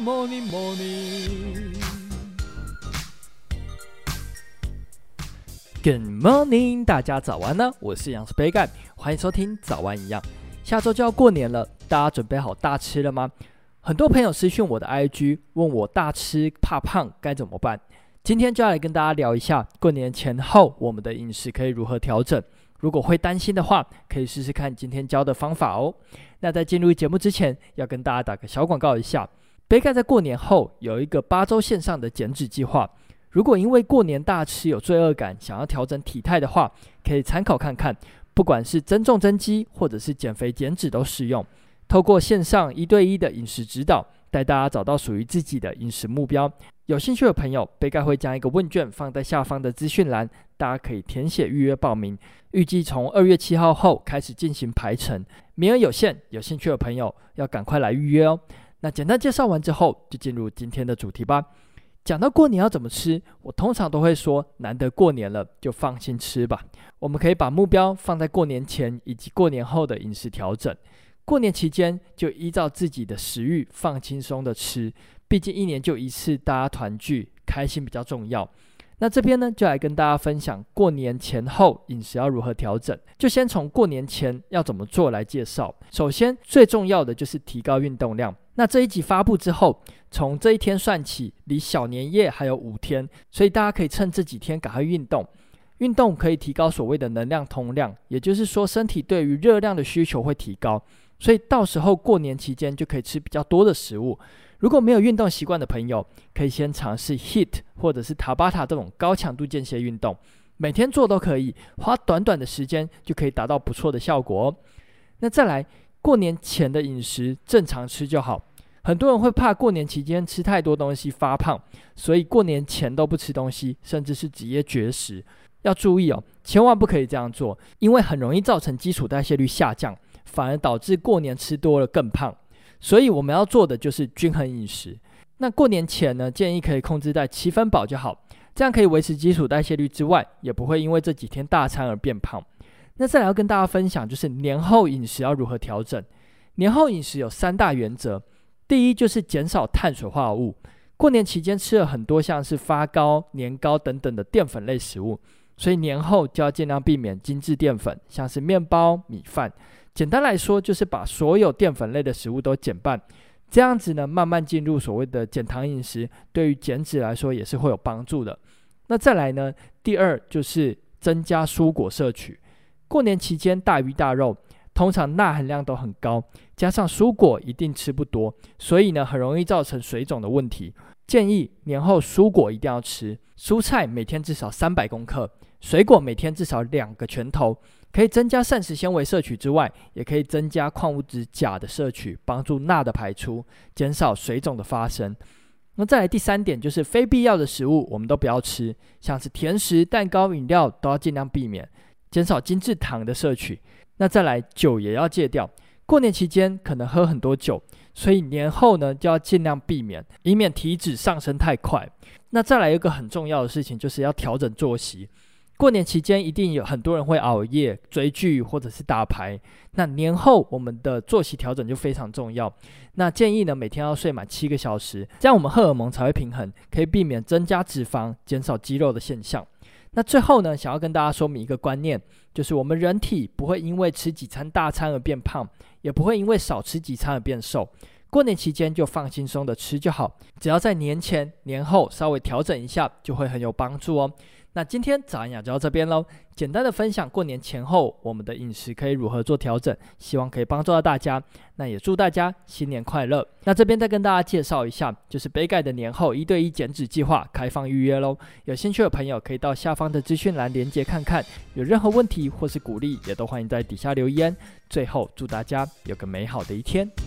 morning, morning. Good morning， 大家早安呢！我是杨氏杯盖，欢迎收听早安一样。下周就要过年了，大家准备好大吃了吗？很多朋友私讯我的 IG， 问我大吃怕胖该怎么办。今天就要来跟大家聊一下过年前后我们的饮食可以如何调整。如果会担心的话，可以试试看今天教的方法哦。那在进入节目之前，要跟大家打个小广告一下。杯盖在过年后有一个8周线上的减脂计划。如果因为过年大吃有罪恶感，想要调整体态的话，可以参考看看，不管是增重增肌或者是减肥减脂都适用。透过线上1对1的饮食指导，带大家找到属于自己的饮食目标。有兴趣的朋友，杯盖会将一个问卷放在下方的资讯栏，大家可以填写预约报名。预计从2月7号后开始进行排程，名额有限，有兴趣的朋友要赶快来预约哦。那简单介绍完之后，就进入今天的主题吧。讲到过年要怎么吃，我通常都会说，难得过年了，就放心吃吧。我们可以把目标放在过年前以及过年后的饮食调整。过年期间就依照自己的食欲放轻松的吃，毕竟1年就一次，大家团聚，开心比较重要。那这边呢，就来跟大家分享过年前后饮食要如何调整。就先从过年前要怎么做来介绍。首先最重要的就是提高运动量。那这一集发布之后，从这一天算起，离小年夜还有5天，所以大家可以趁这几天赶快运动。运动可以提高所谓的能量通量，也就是说身体对于热量的需求会提高，所以到时候过年期间就可以吃比较多的食物。如果没有运动习惯的朋友，可以先尝试 HIIT 或者是 Tabata 这种高强度间歇运动，每天做都可以，花短短的时间就可以达到不错的效果哦。那再来，过年前的饮食正常吃就好。很多人会怕过年期间吃太多东西发胖，所以过年前都不吃东西，甚至是直接绝食。要注意哦，千万不可以这样做，因为很容易造成基础代谢率下降，反而导致过年吃多了更胖。所以我们要做的就是均衡饮食。那过年前呢，建议可以控制在7分饱就好，这样可以维持基础代谢率之外，也不会因为这几天大餐而变胖。那再来要跟大家分享，就是年后饮食要如何调整。年后饮食有3大原则。第一就是减少碳水化合物。过年期间吃了很多像是发糕、年糕等等的淀粉类食物，所以年后就要尽量避免精致淀粉，像是面包、米饭。简单来说，就是把所有淀粉类的食物都减半，这样子呢，慢慢进入所谓的减糖饮食，对于减脂来说也是会有帮助的。那再来呢，第二就是增加蔬果摄取。过年期间大鱼大肉通常钠含量都很高，加上蔬果一定吃不多，所以呢，很容易造成水肿的问题。建议年后蔬果一定要吃，蔬菜每天至少300公克，水果每天至少2个拳头，可以增加膳食纤维摄取之外，也可以增加矿物质钾的摄取，帮助钠的排出，减少水肿的发生。那再来第3点，就是非必要的食物我们都不要吃，像是甜食、蛋糕、饮料都要尽量避免，减少精致糖的摄取。那再来，酒也要戒掉。过年期间可能喝很多酒，所以年后呢就要尽量避免，以免体脂上升太快。那再来一个很重要的事情，就是要调整作息。过年期间一定有很多人会熬夜、追剧或者是打牌，那年后我们的作息调整就非常重要。那建议呢，每天要睡满7个小时，这样我们荷尔蒙才会平衡，可以避免增加脂肪、减少肌肉的现象。那最后呢，想要跟大家说明一个观念，就是我们人体不会因为吃几餐大餐而变胖，也不会因为少吃几餐而变瘦。过年期间就放轻松的吃就好，只要在年前、年后稍微调整一下，就会很有帮助哦。那今天早安雅就到这边咯，简单的分享过年前后我们的饮食可以如何做调整，希望可以帮助到大家。那也祝大家新年快乐。那这边再跟大家介绍一下，就是杯盖的年后1对1减脂计划开放预约咯，有兴趣的朋友可以到下方的资讯栏连结看看，有任何问题或是鼓励也都欢迎在底下留言。最后祝大家有个美好的一天。